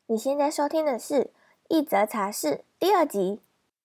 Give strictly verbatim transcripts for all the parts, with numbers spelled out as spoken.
你现在收听的是《一则茶室》第二集。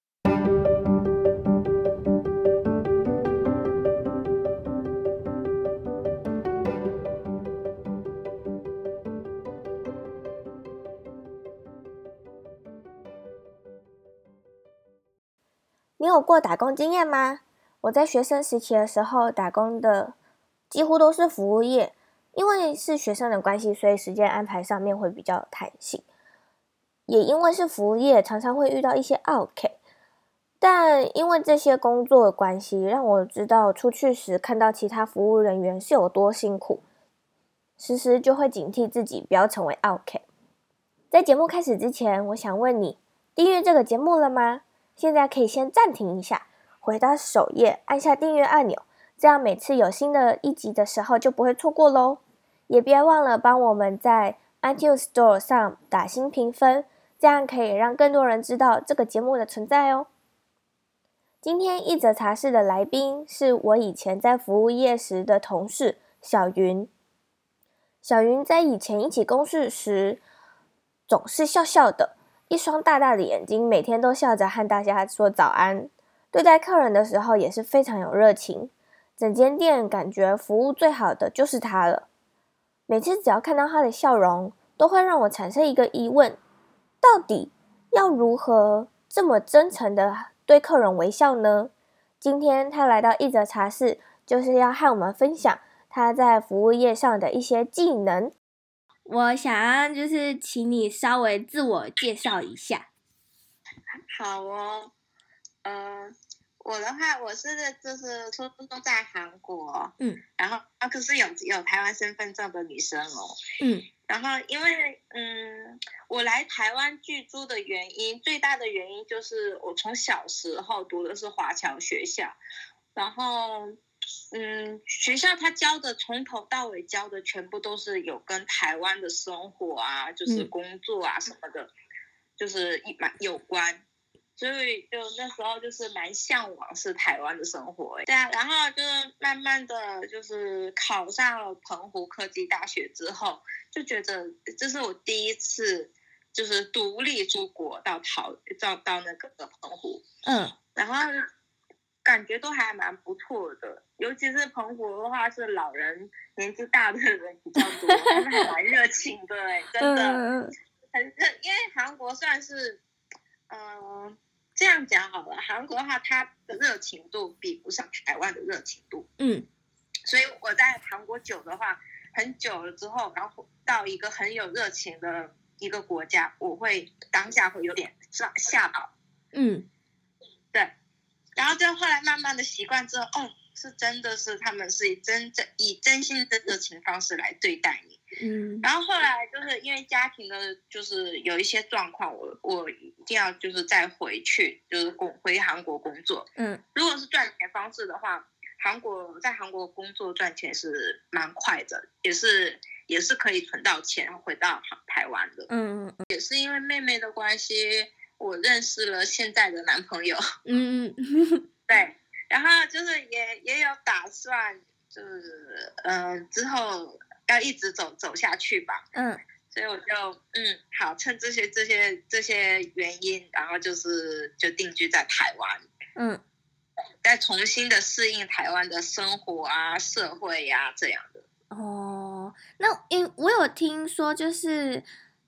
你有过打工经验吗？我在学生时期的时候打工的几乎都是服务业，因为是学生的关系，所以时间安排上面会比较有弹性。也因为是服务业，常常会遇到一些奥客，但因为这些工作的关系，让我知道出去时看到其他服务人员是有多辛苦，时时就会警惕自己不要成为奥客。在节目开始之前，我想问你，订阅这个节目了吗？现在可以先暂停一下，回到首页，按下订阅按钮，这样每次有新的一集的时候就不会错过咯。也别忘了帮我们在 iTunes Store 上打星评分，这样可以让更多人知道这个节目的存在哦。今天一则茶室的来宾是我以前在服务业时的同事小云。小云在以前一起共事时总是笑笑的，一双大大的眼睛，每天都笑着和大家说早安。对待客人的时候也是非常有热情，整间店感觉服务最好的就是她了。每次只要看到她的笑容，都会让我产生一个疑问，到底要如何这么真诚的对客人微笑呢？今天她来到一则茶室，就是要和我们分享她在服务业上的一些技能。我想要就是请你稍微自我介绍一下。 好哦，呃，我的话，我是就是出生在韩国， 嗯， 然后啊，可是有有台湾身份证的女生哦， 嗯， 然后因为嗯，我来台湾居住的原因，最大的原因就是我从小时候读的是华侨学校，然后嗯，学校他教的从头到尾教的全部都是有跟台湾的生活啊，就是工作啊什么的，嗯、就是蛮有关。所以就那时候就是蛮向往是台湾的生活，对啊，然后就是慢慢的就是考上了澎湖科技大学之后，就觉得这是我第一次就是独立出国到桃到到那个澎湖， 嗯， 然后感觉都还蛮不错的，尤其是澎湖的话是老人年纪大的人比较多，他们还蛮热情的哎，真的、 嗯、 很热，因为韩国算是嗯。呃这样讲好了，韩国的话，它的热情度比不上台湾的热情度。 嗯， 所以我在韩国久的话，很久了之后，然后到一个很有热情的一个国家，我会当下会有点吓吓到。 嗯， 对。然后就后来慢慢的习惯之后，哦，是真的是他们是以真正以真心的热情方式来对待你。 嗯， 然后后来就是因为家庭的，就是有一些状况，我我一定要就是再回去，就是工回韩国工作。 嗯， 如果是赚钱方式的话，韩国在韩国工作赚钱是蛮快的，也是也是可以存到钱，然后回到台湾的。 嗯嗯， 也是因为妹妹的关系，我认识了现在的男朋友。 嗯对，然后就是也也有打算，就是嗯、呃、之后。要一直走走下去吧， 嗯， 所以我就嗯好，趁这些这些这些原因，然后就是就定居在台湾， 嗯， 再重新的适应台湾的生活啊、社会呀、啊、这样的。 哦，那因我有听说，就是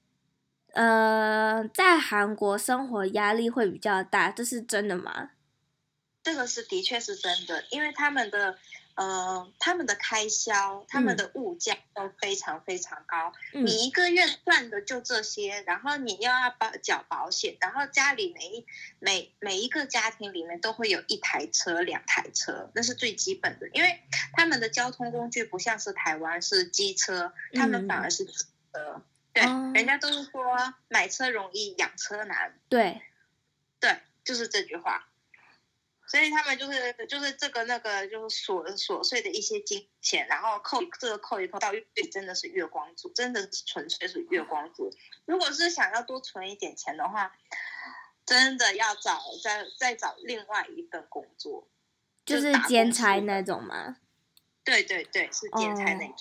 呃，在韩国生活压力会比较大，这是真的吗？ 这个是的确是真的，因为他们的。呃，他们的开销，他们的物价都非常非常高。嗯、你一个月赚的就这些，然后你又要保缴保险，然后家里每一每每一个家庭里面都会有一台车、两台车，那是最基本的。因为他们的交通工具不像是台湾是机车，他们反而是机车。嗯、对、哦，人家都是说买车容易养车难。 对， 对，就是这句话。所以他们就是就是这个那个就是琐琐碎的一些金钱，然后扣这个扣一扣到月底真的是月光族，真的是纯粹是月光族。如果是想要多存一点钱的话，真的要找再再找另外一份工作， 就是兼差那种吗？ 对对对，是兼差那种。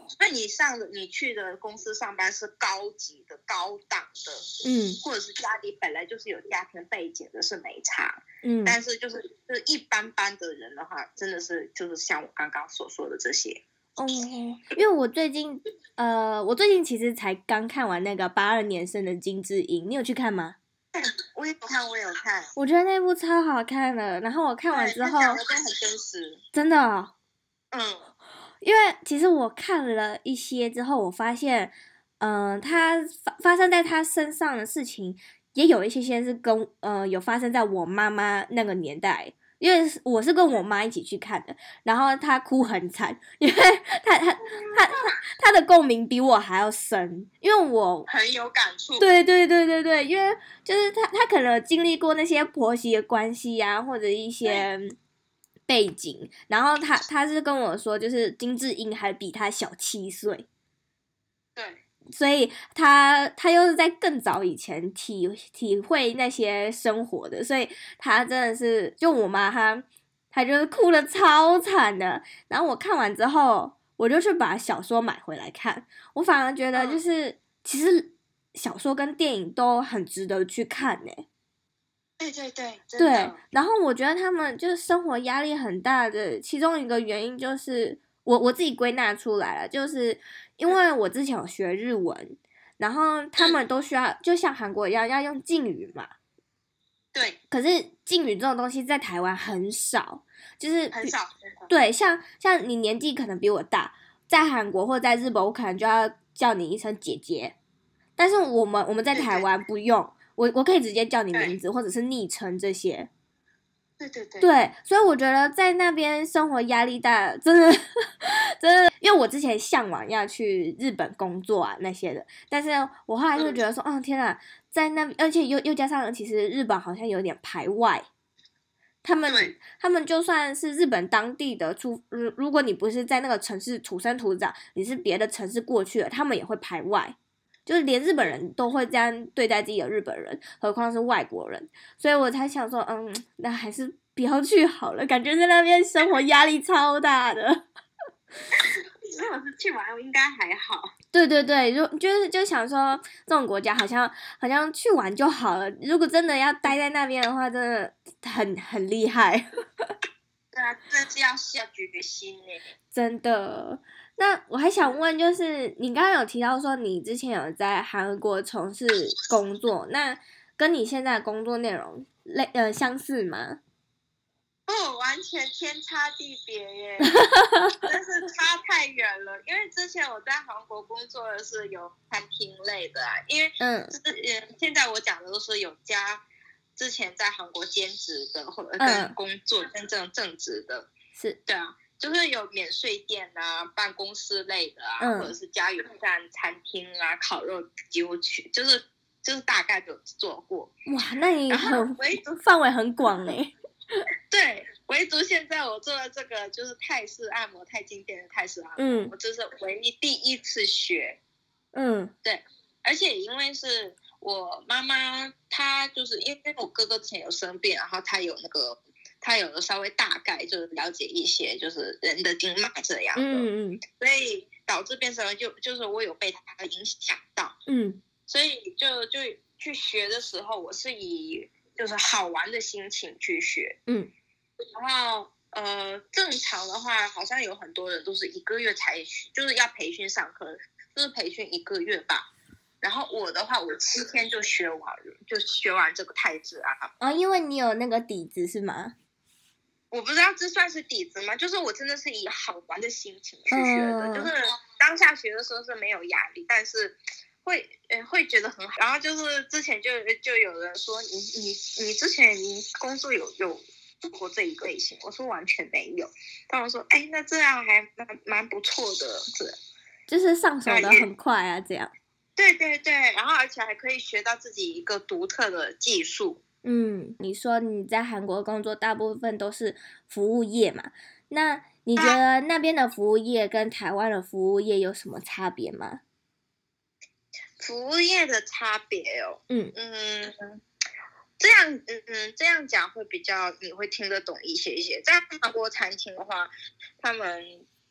所以你上的你去的公司上班是高级的、高档的， 嗯， 或者是家里本来就是有家庭背景的，是没差。 嗯， 但是就是就是一般般的人的话，真的是就是像我刚刚所说的这些。 哦，因为我最近呃，我最近其实才刚看完那个八二年生的金智英，你有去看吗？ 我有看，我有看， 我觉得那部超好看的。然后我看完之后， 讲的都很真实， 真的、哦， 嗯， 因为其实我看了一些之后，我发现，嗯、呃，他发发生在他身上的事情，也有一些些是跟呃有发生在我妈妈那个年代。因为我是跟我妈一起去看的，然后她哭很惨，因为她她她她她的共鸣比我还要深，因为我很有感触。 对对对对对，因为就是她她可能经历过那些婆媳的关系啊，或者一些背景，然后她她是跟我说，就是金智英还比她小七岁。 对， 所以他他又是在更早以前体体会那些生活的，所以他真的是就我妈她她就是哭得超惨的。然后我看完之后，我就去把小说买回来看。我反而觉得就是、嗯、其实小说跟电影都很值得去看呢、欸。 对对对， 对。然后我觉得他们就是生活压力很大的，其中一个原因就是我我自己归纳出来了，就是因为我之前有学日文，然后他们都需要就像韩国一样要用敬语嘛。 对。 可是敬语这种东西在台湾很少，就是很少。 对，像像你年纪可能比我大，在韩国或在日本，我可能就要叫你一声姐姐，但是我们我们在台湾不用。对对，我我可以直接叫你名字或者是昵称这些。 对对对。 对，所以我觉得在那边生活压力大，真的真的，因为我之前向往要去日本工作啊那些的，但是我后来就觉得说，嗯、哦天啊，在那而且又又加上其实日本好像有点排外。他们他们就算是日本当地的出，如果你不是在那个城市土生土长，你是别的城市过去的，他们也会排外。就是连日本人都会这样对待自己的日本人，何况是外国人。所以我才想说，嗯，那还是不要去好了，感觉在那边生活压力超大的。 如果是去玩，应该还好。 对对对，就就是就想说，这种国家好像好像去玩就好了。如果真的要待在那边的话，真的很很厉害。 对啊，真是要下决心呢。 真的。那我还想问，就是你刚刚有提到说你之前有在韩国从事工作，那跟你现在的工作内容类呃相似吗？ 哦，完全天差地别耶，真是差太远了。因为之前我在韩国工作的是有餐厅类的啊，因为嗯，现在我讲的都是有加之前在韩国兼职的或者跟工作真正正职的， 是对啊。就是有免税店啊、办公室类的啊，嗯、或者是加油站、餐厅啊、烤肉几乎去，就是就是大概都有做过。 哇，那你很范围很广哎。 对，唯独现在我做的这个就是泰式按摩，太经典的泰式按摩，嗯、我这是唯一第一次学。 嗯， 对，而且因为是我妈妈，她就是因为我哥哥之前有生病，然后他有那个。他有的稍微大概就是了解一些就是人的经脉这样的， 嗯嗯， 所以导致变成就就是我有被他影响到， 嗯， 所以就就去学的时候，我是以就是好玩的心情去学， 嗯， 然后呃正常的话，好像有很多人都是一个月才就是要培训上课，就是培训一个月吧。然后我的话，我七天就学完了，就学完这个泰式啊。 哦，因为你有那个底子是吗？ 我不知道这算是底子吗？就是我真的是以好玩的心情去学的，嗯、就是当下学的时候是没有压力，但是会呃会觉得很好。然后就是之前就就有人说你你你之前你工作有有做过这一个类型，我说完全没有。他们说哎那这样还蛮蛮不错的，这就是上手的很快啊，这样。 对对对，然后而且还可以学到自己一个独特的技术。 嗯，你说你在韩国工作大部分都是服务业嘛？那你觉得那边的服务业跟台湾的服务业有什么差别吗？ 服务业的差别哦， 嗯嗯，这样嗯嗯这样讲会比较你会听得懂一些一些。在韩国餐厅的话，他们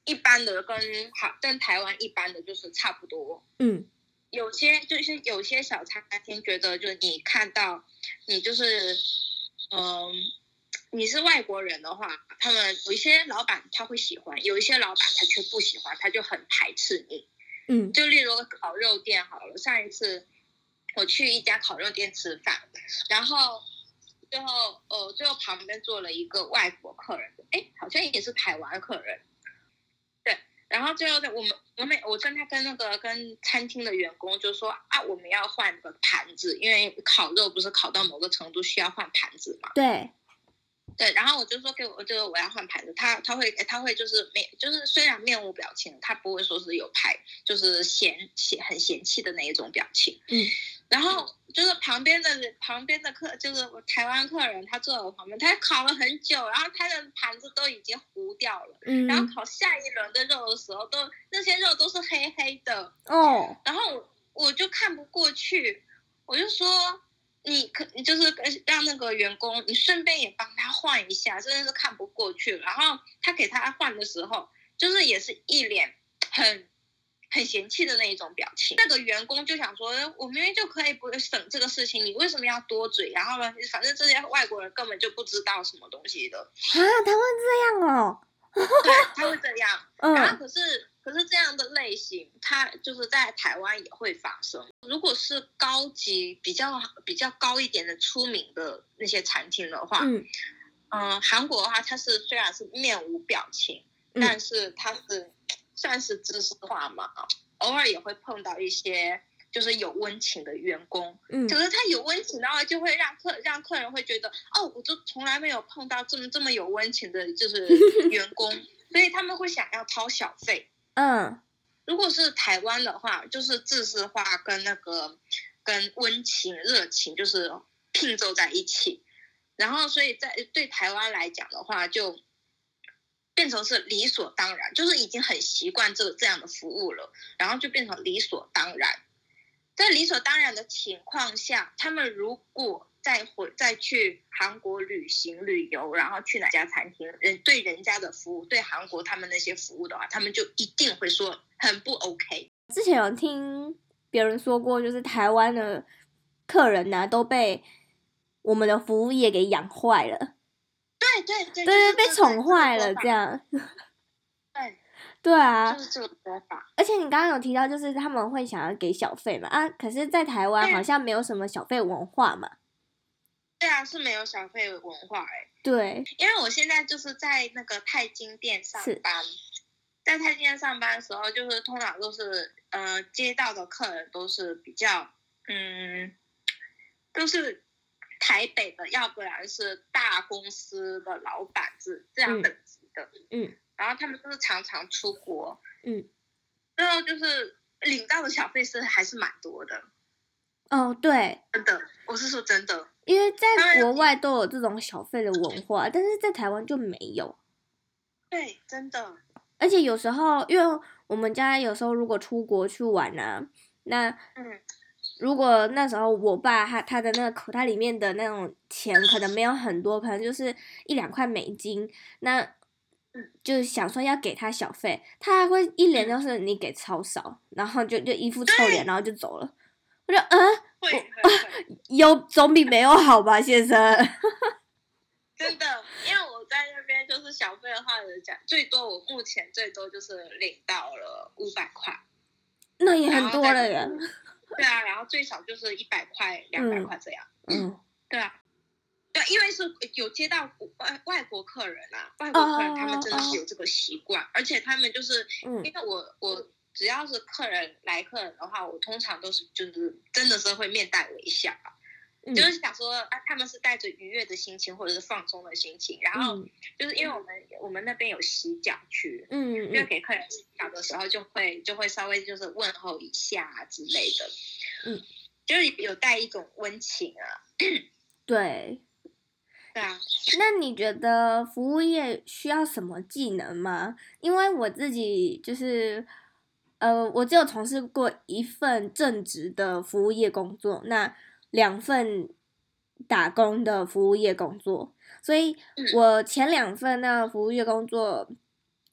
一般的跟好跟台湾一般的就是差不多。 嗯， 有些就是有些小餐厅觉得，就是你看到你就是嗯、呃，你是外国人的话，他们有一些老板他会喜欢，有一些老板他却不喜欢，他就很排斥你。 嗯， 就例如烤肉店好了，上一次我去一家烤肉店吃饭，然后最后呃最后旁边坐了一个外国客人，哎，好像也是台湾客人，对。然后最后我们我们我跟他跟那个跟餐厅的员工就说啊，我们要换个盘子，因为烤肉不是烤到某个程度需要换盘子嘛。 对对，然后我就说给我这个我要换盘子，他他会他会就是没就是虽然面无表情，他不会说是有排就是嫌嫌很嫌弃的那一种表情。 嗯， 然后就是旁边的旁边的客就是台湾客人，他坐在我旁边，他烤了很久，然后他的盘子都已经糊掉了。嗯，然后烤下一轮的肉的时候，都那些肉都是黑黑的哦。 然后我我就看不过去，我就说你可你就是让那个员工，你顺便也帮他换一下，真的是看不过去。然后他给他换的时候，就是也是一脸很。很嫌弃的那一种表情，那个员工就想说，我明明就可以不省这个事情，你为什么要多嘴？然后呢，反正这些外国人根本就不知道什么东西的啊，他会这样哦？ 对，他会这样。 嗯， 然后可是可是这样的类型，它就是在台湾也会发生。如果是高级比较比较高一点的出名的那些餐厅的话， 嗯嗯、呃，韩国的话，它是虽然是面无表情， 嗯、 但是它是。算是知识化嘛，偶尔也会碰到一些就是有温情的员工， 嗯， 可是他有温情的话，就会让客让客人会觉得，哦，我就从来没有碰到这么这么有温情的，就是员工，所以他们会想要掏小费。 嗯， 如果是台湾的话，就是知识化跟那个跟温情热情就是拼凑在一起，然后所以在对台湾来讲的话，就。变成是理所当然，就是已经很习惯这这样的服务了，然后就变成理所当然。在理所当然的情况下，他们如果再回再去韩国旅行旅游，然后去哪家餐厅，人对人家的服务，对韩国他们那些服务的话，他们就一定会说很不 OK。 之前有听别人说过，就是台湾的客人呢、啊、都被我们的服务业给养坏了。 对对对， 对对，被宠坏了这样。 对对啊， 就是这个说法。 而且你刚刚有提到，就是他们会想要给小费嘛啊，可是，在台湾好像没有什么小费文化嘛。 对啊，是没有小费文化哎、欸。 对， 因为我现在就是在那个泰金店上班，在泰金店上班的时候，就是通常都是呃接到的客人都是比较嗯，都是。台北的，要不然是大公司的老板是这样等级的， 嗯， 然后他们就是常常出国， 嗯， 然后就是领到的小费是还是蛮多的。 哦，对， 真的，我是说真的， 因为在国外都有这种小费的文化，但是在台湾就没有。 对，真的。 而且有时候，因为我们家有时候如果出国去玩啊，那嗯。 如果那时候我爸他他的那个口袋里面的那种钱可能没有很多，可能就是一两块美金，那就想说要给他小费，他还会一脸就是你给超少，然后就就一副臭脸，然后就走了。我就嗯， 会会会有总比没有好吧，先生。 真的，因为我在那边就是小费的话讲，最多我目前最多就是领到了五百块， 那也很多了耶。 对啊，然后最少就是一百块、两百块这样。 嗯， 对啊，对，因为是有接到外外国客人啊，外国客人他们真的是有这个习惯，哦、而且他们就是， 嗯、 因为我我只要是客人来客人的话，我通常都是就是真的是会面带微笑。嗯、就是想说啊，他们是带着愉悦的心情或者是放松的心情，然后就是因为我们、嗯、我们那边有洗脚区，嗯，因为给客人洗脚的时候就会就会稍微就是问候一下啊之类的，嗯，就是有带一种温情啊， 对， 对啊。 那你觉得服务业需要什么技能吗？因为我自己就是呃，我只有从事过一份正职的服务业工作，那两份打工的服务业工作，所以我前两份那服务业工作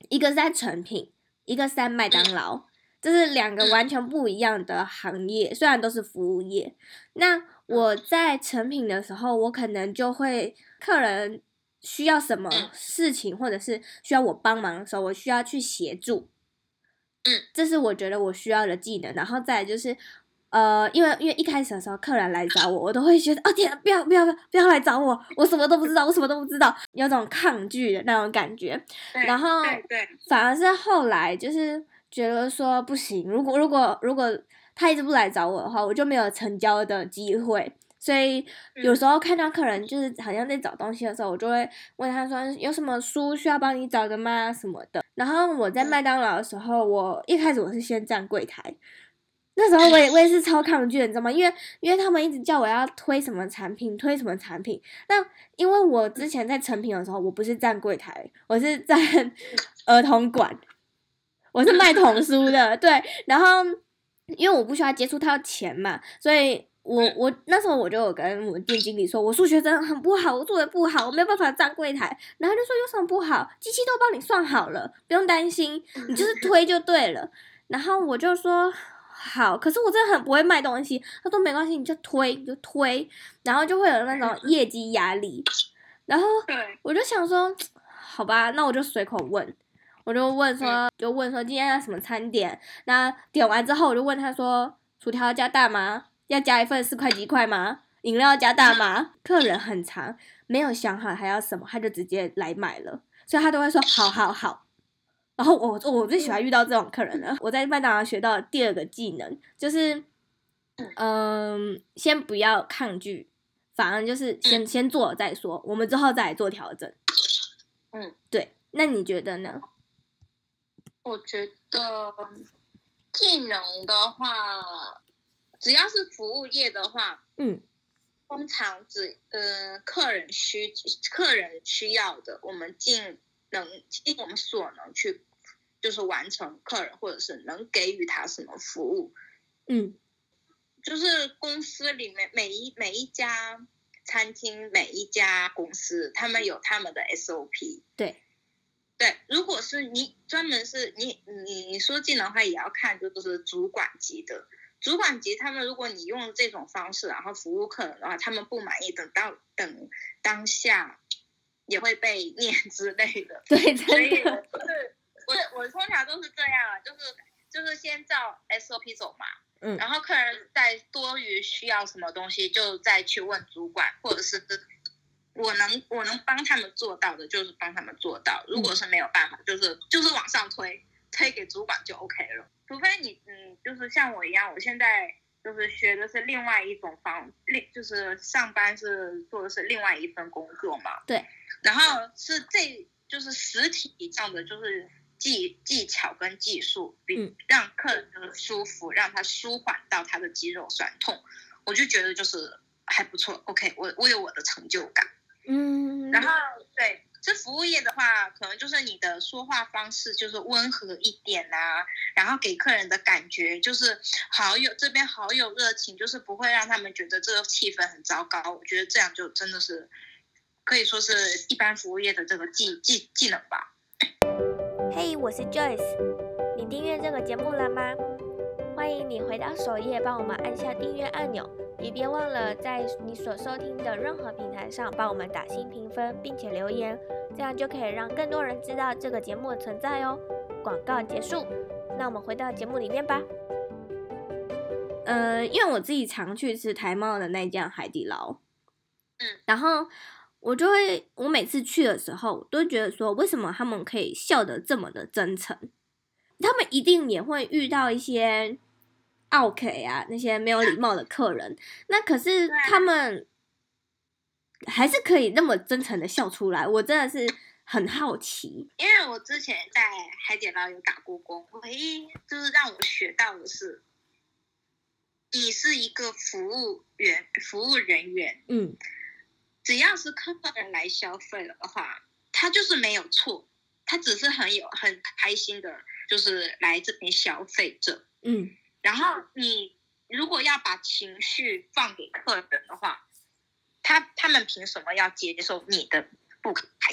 一个是在成品，一个是在麦当劳，这是两个完全不一样的行业，虽然都是服务业。那我在成品的时候，我可能就会客人需要什么事情，或者是需要我帮忙的时候，我需要去协助。 嗯， 这是我觉得我需要的技能。然后再来就是，呃，因为因为一开始的时候，客人来找我，我都会觉得，哦天啊，不要不要不要来找我，我什么都不知道，我什么都不知道，有种抗拒的那种感觉。然后对对， 反而是后来就是觉得说不行，如果如果如果他一直不来找我的话，我就没有成交的机会。所以有时候看到客人就是好像在找东西的时候，我就会问他说有什么书需要帮你找的吗什么的。然后我在麦当劳的时候，我一开始我是先站柜台，那时候我也我也是超抗拒的，你知道吗？因为因为他们一直叫我要推什么产品，推什么产品。那因为我之前在成品的时候，我不是站柜台，我是站儿童馆，我是卖童书的，对。然后因为我不需要接触到钱嘛，所以我我那时候我就有跟我们店经理说，我数学真的很不好，我做的不好，我没有办法站柜台。然后他就说有什么不好，机器都帮你算好了，不用担心，你就是推就对了。然后我就说好，可是我真的很不会卖东西。他说没关系，你就推你就推，然后就会有那种业绩压力。然后我就想说，好吧，那我就随口问。我就问说，就问说今天要什么餐点？那点完之后，我就问他说，薯条要加大吗？要加一份四块鸡块吗？饮料要加大吗？客人很常没有想好还要什么，他就直接来买了，所以他都会说好好好。然后我我最喜欢遇到这种客人了。我在麦当劳学到的第二个技能就是，嗯，先不要抗拒，反而就是先先做了再说，我们之后再来做调整。 嗯， 对。那你觉得呢？ 我觉得技能的话，只要是服务业的话， 嗯， 通常只呃客人需客人需要的，我们尽能尽我们所能去，就是完成客人或者是能给予他什么服务。 嗯， 就是公司里面每一每一家餐厅每一家公司，他们有他们的 S O P。 对。 对，如果是你专门是你你你说技能的话，也要看就是主管级的，主管级他们如果你用这种方式，然后服务客人的话，他们不满意，等到等当下也会被念之类的。 对， 所以我是我我通常都是这样啊，就是就是先照 S O P 走嘛，嗯，然后客人在多余需要什么东西，就再去问主管，或者是。我能我能帮他们做到的，就是帮他们做到。如果是没有办法，就是就是往上推，推给主管就 OK 了。除非你嗯，就是像我一样，我现在就是学的是另外一种方，另就是上班是做的是另外一份工作嘛。 对。 然后是这就是实体上的就是技技巧跟技术，比让客人就是舒服，让他舒缓到他的肌肉酸痛，我就觉得就是还不错。OK， 我我有我的成就感。嗯，然后对，这服务业的话，可能就是你的说话方式就是温和一点啊，然后给客人的感觉就是好有这边好有热情，就是不会让他们觉得这个气氛很糟糕。我觉得这样就真的是可以说是一般服务业的这个技技技能吧。 嘿，我是 Joyce， 你订阅这个节目了吗？欢迎你回到首页，帮我们按下订阅按钮。也别忘了在你所收听的任何平台上帮我们打新评分，并且留言，这样就可以让更多人知道这个节目的存在哦。广告结束，那我们回到节目里面吧。呃，因为我自己常去吃台茂的那家海底捞，嗯，然后我就会，我每次去的时候，都会觉得说，为什么他们可以笑得这么的真诚？他们一定也会遇到一些OK 啊，那些没有礼貌的客人，那可是他们还是可以那么真诚的笑出来，我真的是很好奇。 因为我之前在海底捞有打过工，唯一就是让我学到的是，你是一个服务员、服务人员，嗯，只要是客人来消费了的话，他就是没有错，他只是很有很开心的，就是来这边消费者，嗯。然后你如果要把情绪放给客人的话，他他们凭什么要接受你的不开心？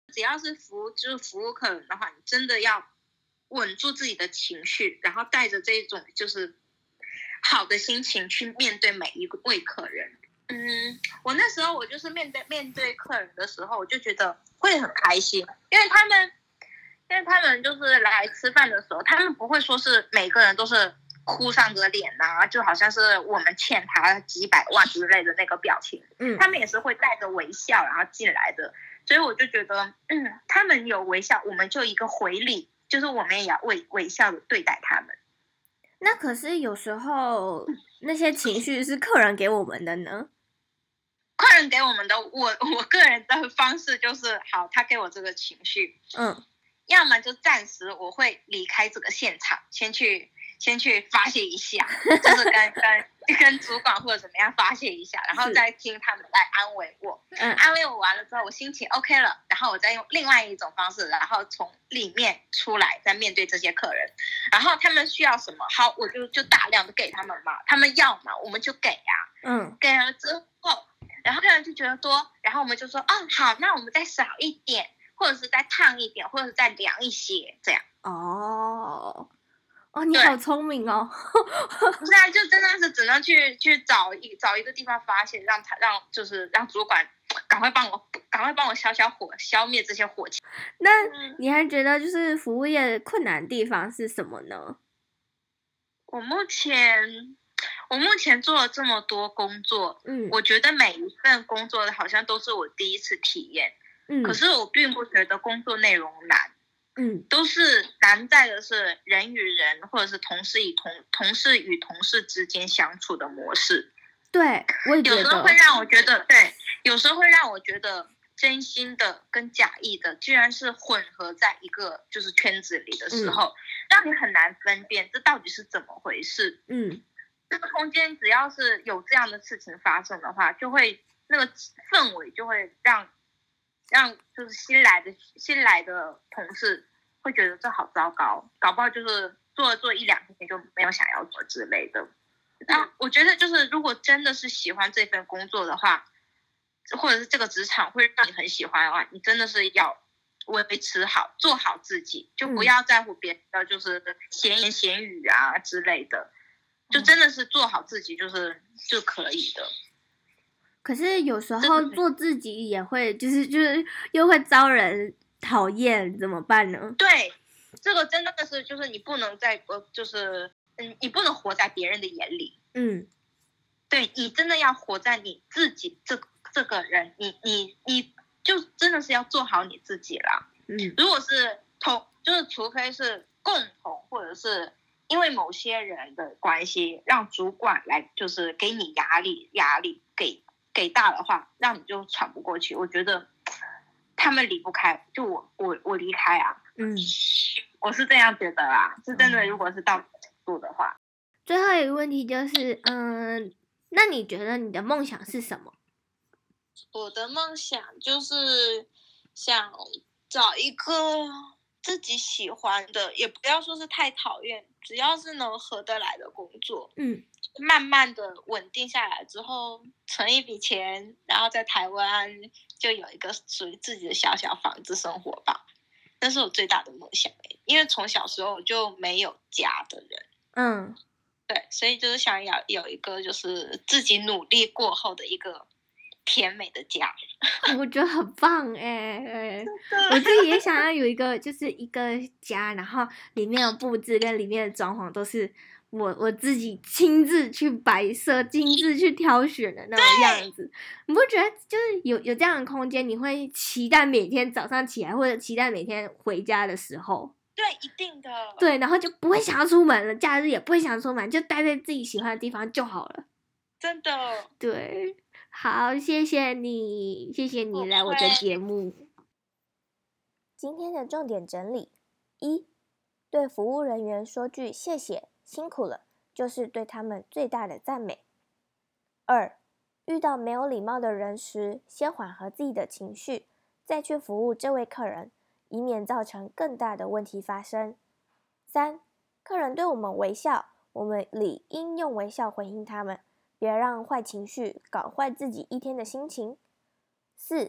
只要是服务就是服务客人的话，你真的要稳住自己的情绪，然后带着这种就是好的心情去面对每一位客人。嗯，我那时候我就是面对面对客人的时候，我就觉得会很开心，因为他们因为他们就是来吃饭的时候，他们不会说是每个人都是哭丧着脸啊，就好像是我们欠他几百万之类的那个表情， 嗯， 他们也是会带着微笑然后进来的，所以我就觉得，嗯，他们有微笑，我们就一个回礼，就是我们也要微微笑的对待他们。 那可是有时候那些情绪是客人给我们的呢？ 客人给我们的，我我个人的方式就是，好，他给我这个情绪， 嗯， 要么就暂时我会离开这个现场，先去先去发泄一下，就是跟跟跟主管或者怎么样发泄一下，然后再听他们来安慰我。 嗯， 安慰我完了之后，我心情 OK 了，然后我再用另外一种方式，然后从里面出来，再面对这些客人。然后他们需要什么，好，我就就大量的给他们嘛，他们要嘛，我们就给啊。 嗯， 给了之后，然后客人就觉得多，然后我们就说，哦，好，那我们再少一点，或者是再烫一点，或者是再凉一些，这样。 哦。哦，你好聪明哦！ 不是啊，就真的是只能去去找一找一个地方发泄，让他让就是让主管赶快帮我赶快帮我消消火，消灭这些火气。 那你还觉得就是服务业困难的地方是什么呢？ 我目前我目前做了这么多工作， 嗯， 我觉得每一份工作好像都是我第一次体验， 嗯， 可是我并不觉得工作内容难。 嗯， 都是难在的是人与人或者是同事与同同事与同事之间相处的模式。 对，我也觉得有时候会让我觉得，对，有时候会让我觉得真心的跟假意的居然是混合在一个就是圈子里的时候，嗯、让你很难分辨这到底是怎么回事。 嗯， 这个空间只要是有这样的事情发生的话，就会那个氛围就会让让就是新来的新来的同事会觉得这好糟糕，搞不好就是做了做一两天就没有想要做之类的。啊，我觉得就是如果真的是喜欢这份工作的话，或者是这个职场会让你很喜欢的话，你真的是要维持好，做好自己，就不要在乎别人的就是闲言闲语啊之类的，就真的是做好自己就是就可以的。 可是有时候做自己也会就是就是又会招人讨厌，怎么办呢？ 对，这个真的是就是你不能在呃就是嗯你不能活在别人的眼里。 嗯， 对，你真的要活在你自己这这个人，你你你就真的是要做好你自己啦。 嗯， 如果是同就是除非是共同或者是因为某些人的关系让主管来就是给你压力压力给给大的话，让你就喘不过去，我觉得他们离不开，就我我我离开啊。 嗯， 我是这样觉得啦，是真的。如果是到程度的话， 最后一个问题就是，嗯，那你觉得你的梦想是什么？ 我的梦想就是想找一个自己喜欢的，也不要说是太讨厌，只要是能合得来的工作。 嗯， 慢慢的稳定下来之后，存一笔钱，然后在台湾就有一个属于自己的小小房子生活吧。那是我最大的梦想，因为从小时候就没有家的人。 嗯， 对，所以就是想要有一个就是自己努力过后的一个甜美的家。 我觉得很棒哎、欸，我自己也想要有一个就是一个家，然后里面的布置跟里面的装潢都是我我自己亲自去摆设、亲自去挑选的那种样子。你不觉得就是有有这样的空间，你会期待每天早上起来，或者期待每天回家的时候？ 对，一定的。 对，然后就不会想要出门了，假日也不会想出门，就待在自己喜欢的地方就好了。 真的。 对，好，谢谢你，谢谢你来我的节目。今天的重点整理：一，对服务人员说句谢谢，辛苦了，就是对他们最大的赞美。二，遇到没有礼貌的人时，先缓和自己的情绪，再去服务这位客人，以免造成更大的问题发生。三，客人对我们微笑，我们理应用微笑回应他们，别让坏情绪搞坏自己一天的心情。四，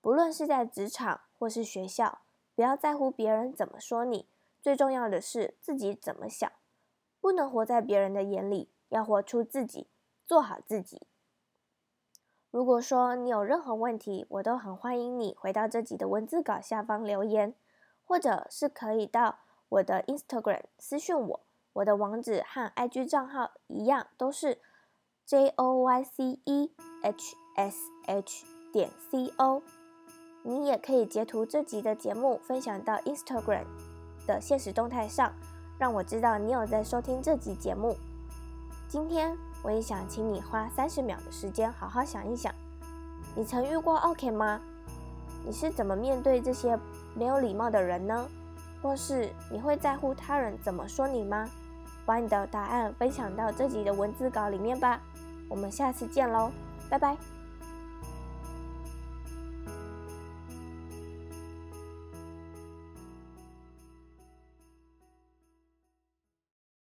不论是在职场或是学校，不要在乎别人怎么说你，最重要的是自己怎么想。不能活在别人的眼里，要活出自己，做好自己。如果说你有任何问题，我都很欢迎你回到这集的文字稿下方留言，或者是可以到我的 Instagram 私讯我，我的网址和 I G 账号一样，都是 J O Y C E H S H 点 C O。 你也可以截图这集的节目分享到 Instagram 的限时动态上，让我知道你有在收听这集节目。今天我也想请你花三十秒的时间好好想一想，你曾遇过 OK 吗？你是怎么面对这些没有礼貌的人呢？或是你会在乎他人怎么说你吗？把你的答案分享到这集的文字稿里面吧。我们下次见喽，拜拜。